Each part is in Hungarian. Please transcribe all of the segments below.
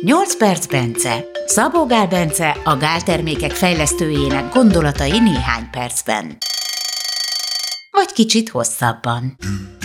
8 perc Bence. Szabó Gál Bence, a gáltermékek fejlesztőjének gondolatai néhány percben. Vagy kicsit hosszabban.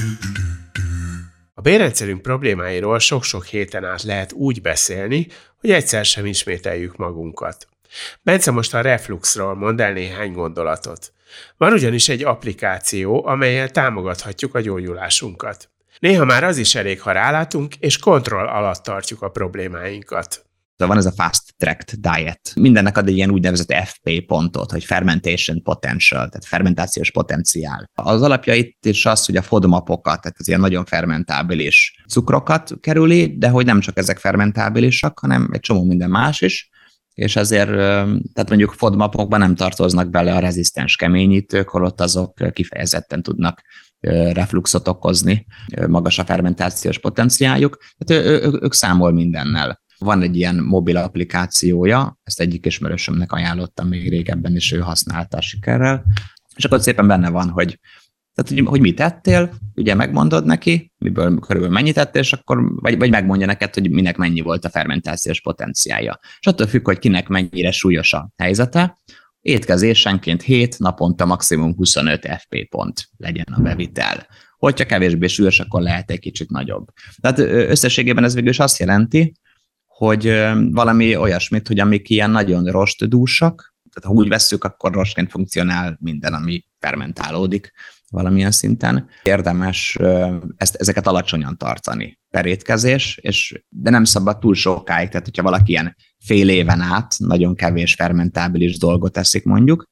A bérrendszerünk problémáiról sok-sok héten át lehet úgy beszélni, hogy egyszer sem ismételjük magunkat. Bence most a Refluxról mond el néhány gondolatot. Van ugyanis egy applikáció, amellyel támogathatjuk a gyógyulásunkat. Néha már az is elég, ha rálátunk, és kontroll alatt tartjuk a problémáinkat. Van ez a Fast Track Diet. Mindennek ad egy ilyen úgynevezett FP pontot, hogy Fermentation Potential, tehát fermentációs potenciál. Az alapja itt is az, hogy a FODMAP-okat, tehát az ilyen nagyon fermentábilis cukrokat kerüli, de hogy nem csak ezek fermentábilisak, hanem egy csomó minden más is, és azért, tehát mondjuk FODMAP-okban nem tartoznak bele a rezisztens keményítők, holott azok kifejezetten tudnak refluxot okozni, magas a fermentációs potenciáljuk, tehát ők számol mindennel. Van egy ilyen mobil applikációja, ezt egyik ismerősömnek ajánlottam még régebben, és ő használta sikerrel, és akkor szépen benne van, hogy mit ettél, ugye megmondod neki, miből körülbelül mennyit ettél, és akkor, vagy megmondja neked, hogy minek mennyi volt a fermentációs potenciálja. És attól függ, hogy kinek mennyire súlyos a helyzete, étkezésenként 7, naponta maximum 25 FP pont legyen a bevitel. Hogyha kevésbé súlyos, akkor lehet egy kicsit nagyobb. Tehát összességében ez végül is azt jelenti, hogy valami olyasmit, hogy amik ilyen nagyon rostdúsak, tehát ha úgy vesszük, akkor rostként funkcionál minden, ami fermentálódik valamilyen szinten. Érdemes ezeket alacsonyan tartani per étkezés, de nem szabad túl sokáig, tehát hogyha valaki ilyen fél éven át nagyon kevés fermentábilis dolgot eszik mondjuk,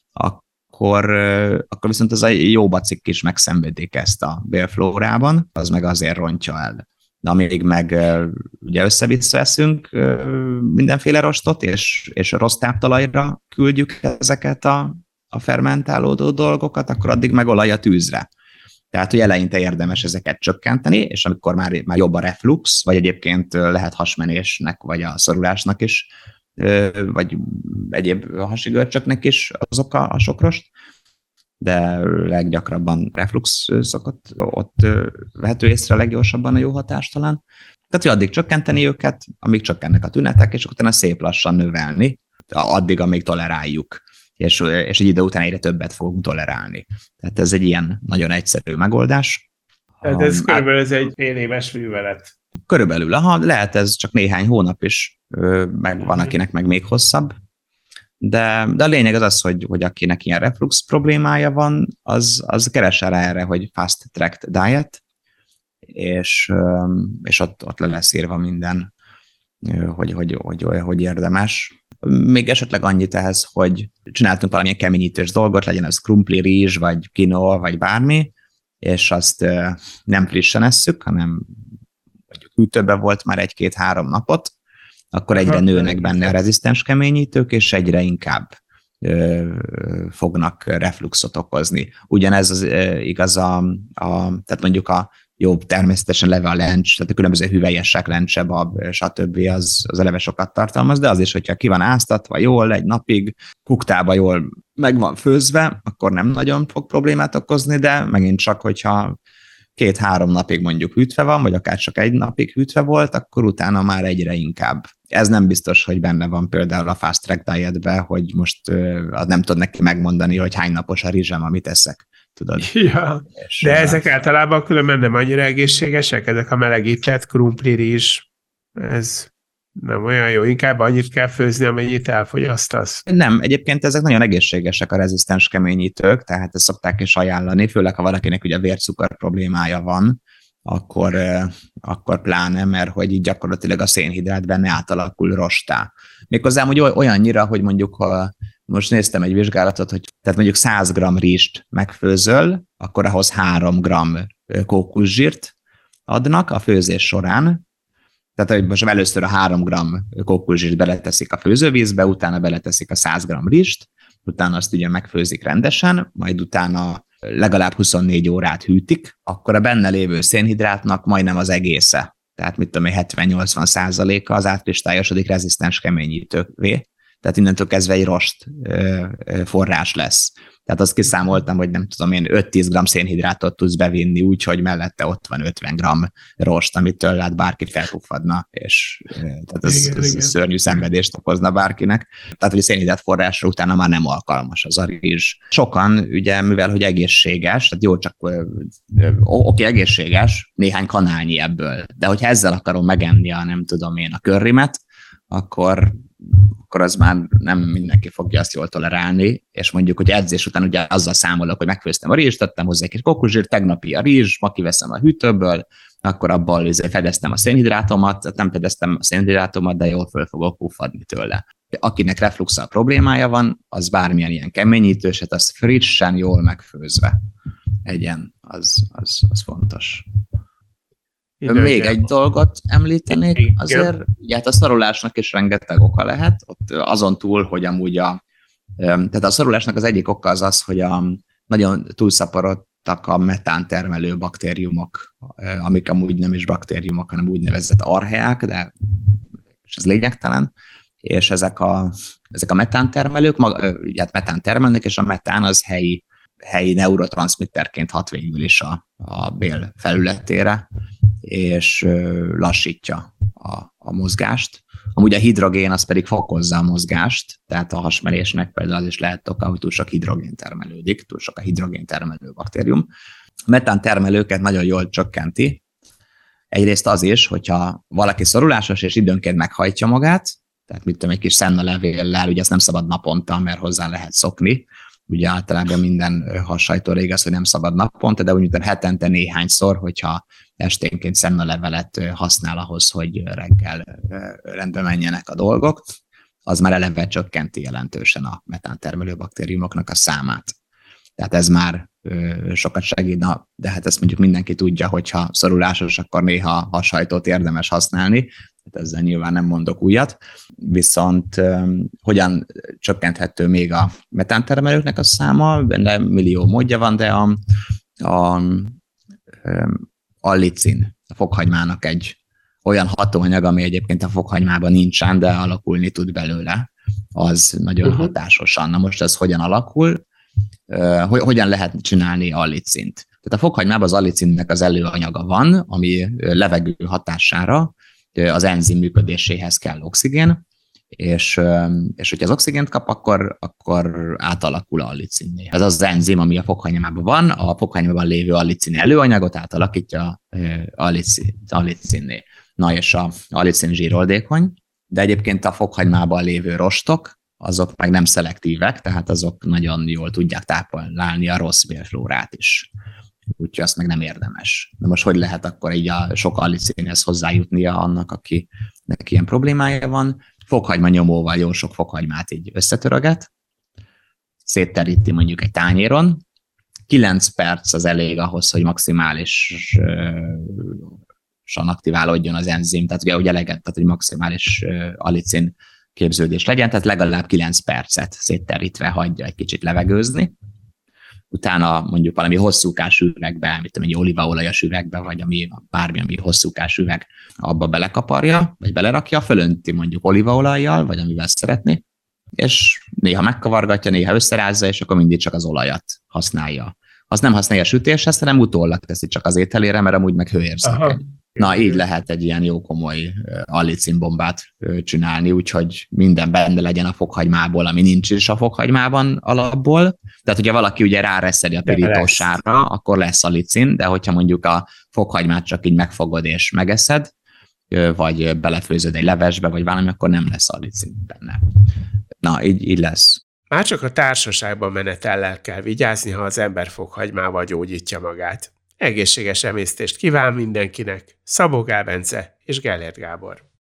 akkor viszont ez a jó bacik is megszenvedik ezt a bélflórában, az meg azért rontja el. De amíg meg ugye össze-vissza eszünk mindenféle rostot, és rossz táptalajra küldjük ezeket a fermentálódó dolgokat, akkor addig meg olaj a tűzre. Tehát, hogy eleinte érdemes ezeket csökkenteni, és amikor már jobb a reflux, vagy egyébként lehet hasmenésnek, vagy a szorulásnak is, vagy egyéb hasi görcsöknek is az oka a sok rost, de leggyakrabban reflux szokott ott vehető észre leggyorsabban a jó hatást talán. Tehát, hogy addig csökkenteni őket, amíg csökkennek a tünetek, és utána szép lassan növelni, addig, amíg toleráljuk. És egy idő után egyre többet fogunk tolerálni. Tehát ez egy ilyen nagyon egyszerű megoldás. Tehát ez körülbelül ez egy fél éves művelet. Körülbelül, lehet ez csak néhány hónap is, meg van akinek meg még hosszabb. De a lényeg az, hogy akinek ilyen reflux problémája van, az keresse rá erre, hogy Fast Track Diet, és ott le lesz írva minden, hogy érdemes. Még esetleg annyit ehhez, hogy csináltunk valamilyen keményítős dolgot, legyen az krumpli, rizs, vagy quinoa, vagy bármi, és azt nem frissen esszük, hanem hűtőben volt már 1-2-3 napot, akkor egyre nőnek benne a rezisztens keményítők, és egyre inkább fognak refluxot okozni. Ugyanez az igaz tehát mondjuk a jobb természetesen leve a lencs, tehát a különböző hüvelyesek, lencsebab, stb. Az eleve sokat tartalmaz, de az is, hogyha ki van áztatva jól egy napig, kuktába jól meg van főzve, akkor nem nagyon fog problémát okozni, de megint csak, hogyha 2-3 napig mondjuk hűtve van, vagy akár csak 1 napig hűtve volt, akkor utána már egyre inkább. Ez nem biztos, hogy benne van például a Fast Track Dietben, hogy most nem tud neki megmondani, hogy hány napos a rizsem, amit eszek. Tudod? Ja, de ezek általában különben nem annyira egészségesek, ezek a melegített krumpli rizs, ez nem olyan jó, inkább annyit kell főzni, amennyit elfogyasztasz. Nem, egyébként ezek nagyon egészségesek a rezisztens keményítők, tehát ezt szokták is ajánlani, főleg ha valakinek ugye vércukor problémája van, akkor pláne, mert hogy így gyakorlatilag a szénhidrát benne átalakul rostá. Méghozzá hogy olyannyira, hogy mondjuk, ha most néztem egy vizsgálatot, hogy tehát mondjuk 100 g rizst megfőzöl, akkor ahhoz 3 g kókuszsírt adnak a főzés során. Tehát, hogy most először a 3 g kókuszsírt beleteszik a főzővízbe, utána beleteszik a 100 g rizst, utána azt ugye megfőzik rendesen, majd utána legalább 24 órát hűtik, akkor a benne lévő szénhidrátnak majdnem az egésze, tehát 70-80%-a az átkristályosodott rezisztens keményítővé. Tehát innentől kezdve egy rost forrás lesz. Tehát azt kiszámoltam, hogy nem tudom én 5-10 g szénhidrátot tudsz bevinni úgy, hogy mellette ott van 50 g rost, amitől lát bárki felpuffadna, és tehát ez szörnyű szenvedést okozna bárkinek. Tehát, hogy a szénhidrát forrásra utána már nem alkalmas az a rizs. Sokan, ugye, mivel hogy egészséges, tehát jó, csak oké, egészséges, néhány kanálnyi ebből, de hogyha ezzel akarom megenni nem tudom én a currymet, akkor az már nem mindenki fogja azt jól tolerálni, és mondjuk, hogy edzés után ugye azzal számolok, hogy megfőztem a rizst, tettem hozzá egy kis kokozsírt, tegnapi a rizs, ma kiveszem a hűtőből, akkor abból fedeztem a szénhidrátomat, nem fedeztem a szénhidrátomat, de jól föl fogok puffadni tőle. Akinek refluxal problémája van, az bármilyen ilyen keményítőset, az frissen, jól megfőzve egyen, az fontos. Még egy dolgot említenék, azért hát a szorulásnak is rengeteg oka lehet, ott azon túl, hogy amúgy tehát a szorulásnak az egyik oka az, hogy nagyon túlszaporodtak a metán termelő baktériumok, amik amúgy nem is baktériumok, hanem úgynevezett archeák, de és ez lényegtelen, és ezek a metántermelők, hát metán termelnek, és a metán az helyi neurotranszmitterként hat végül is a bél felületére, és lassítja a mozgást. Amúgy a hidrogén az pedig fokozza a mozgást, tehát a hasmerésnek például az is lehet oka, hogy túl sok hidrogén termelődik, túl sok a hidrogén termelő baktérium. A metán termelőket nagyon jól csökkenti. Egyrészt az is, hogyha valaki szorulásos és időnként meghajtja magát, tehát mit tudom, egy kis szennalevéllel, ugye ezt nem szabad naponta, mert hozzá lehet szokni. Ugye általában minden hassajtó rég hogy nem szabad naponta, de úgy, mint hetente néhányszor, hogyha esténként szennalevelet használ ahhoz, hogy reggel rendbe menjenek a dolgok, az már eleve csökkenti jelentősen a metántermelő baktériumoknak a számát. Tehát ez már sokat segít, de hát ezt mondjuk mindenki tudja, hogyha szorulásos, akkor néha hasajtót érdemes használni, tehát ezzel nyilván nem mondok újat, viszont hogyan csökkenthető még a metántermelőknek a száma, benne millió módja van, de a allicin, a fokhagymának egy olyan hatóanyag, ami egyébként a fokhagymában nincsen, de alakulni tud belőle, az nagyon hatásosan. Na most ez hogyan alakul? Hogyan lehet csinálni allicint? Tehát a fokhagymában az allicinnek az előanyaga van, ami levegő hatására az enzim működéséhez kell oxigén, és hogyha az oxigént kap, akkor átalakul allicinné. Ez az enzim, ami a fokhagymában van, a fokhagymában lévő allicin előanyagot átalakítja allicinné. Na és a allicin zsíroldékony, de egyébként a fokhagymában lévő rostok, azok meg nem szelektívek, tehát azok nagyon jól tudják táplálni a rossz bélflórát is. Úgyhogy azt meg nem érdemes. De most hogy lehet akkor így a sok allicinhez hozzájutnia annak, akinek ilyen problémája van? Fokhagyma nyomóval jó sok fokhagymát így összetöröget, szétteríti mondjuk egy tányéron. 9 perc az elég ahhoz, hogy maximálisan aktiválódjon az enzim, tehát ugye eleget, tehát hogy maximális allicin képződés legyen, tehát legalább 9 percet szétterítve hagyja egy kicsit levegőzni. Utána mondjuk valami hosszúkás üvegbe, mit tudom, egy olívaolajos üvegbe, vagy bármi, ami hosszúkás üveg, abba belekaparja, vagy belerakja, fölönti mondjuk olívaolajjal, vagy amivel szeretné, és néha megkavargatja, néha összerázza, és akkor mindig csak az olajat használja. Az nem használja sütéshez, hanem utólag teszi csak az ételére, mert amúgy meg hőérzékeny. Na, így lehet egy ilyen jó komoly allicinbombát csinálni, úgyhogy minden benne legyen a fokhagymából, ami nincs is a fokhagymában alapból. Tehát, hogyha valaki ugye ráreszeli a pirítósárra, akkor lesz allicin, de hogyha mondjuk a fokhagymát csak így megfogod és megeszed, vagy belefőzöd egy levesbe, vagy valami, akkor nem lesz allicin benne. Na, így lesz. Már csak a társaságban menetellel kell vigyázni, ha az ember fokhagymával gyógyítja magát. Egészséges emésztést kíván mindenkinek, Szabó Gál Bence és Gellért Gábor.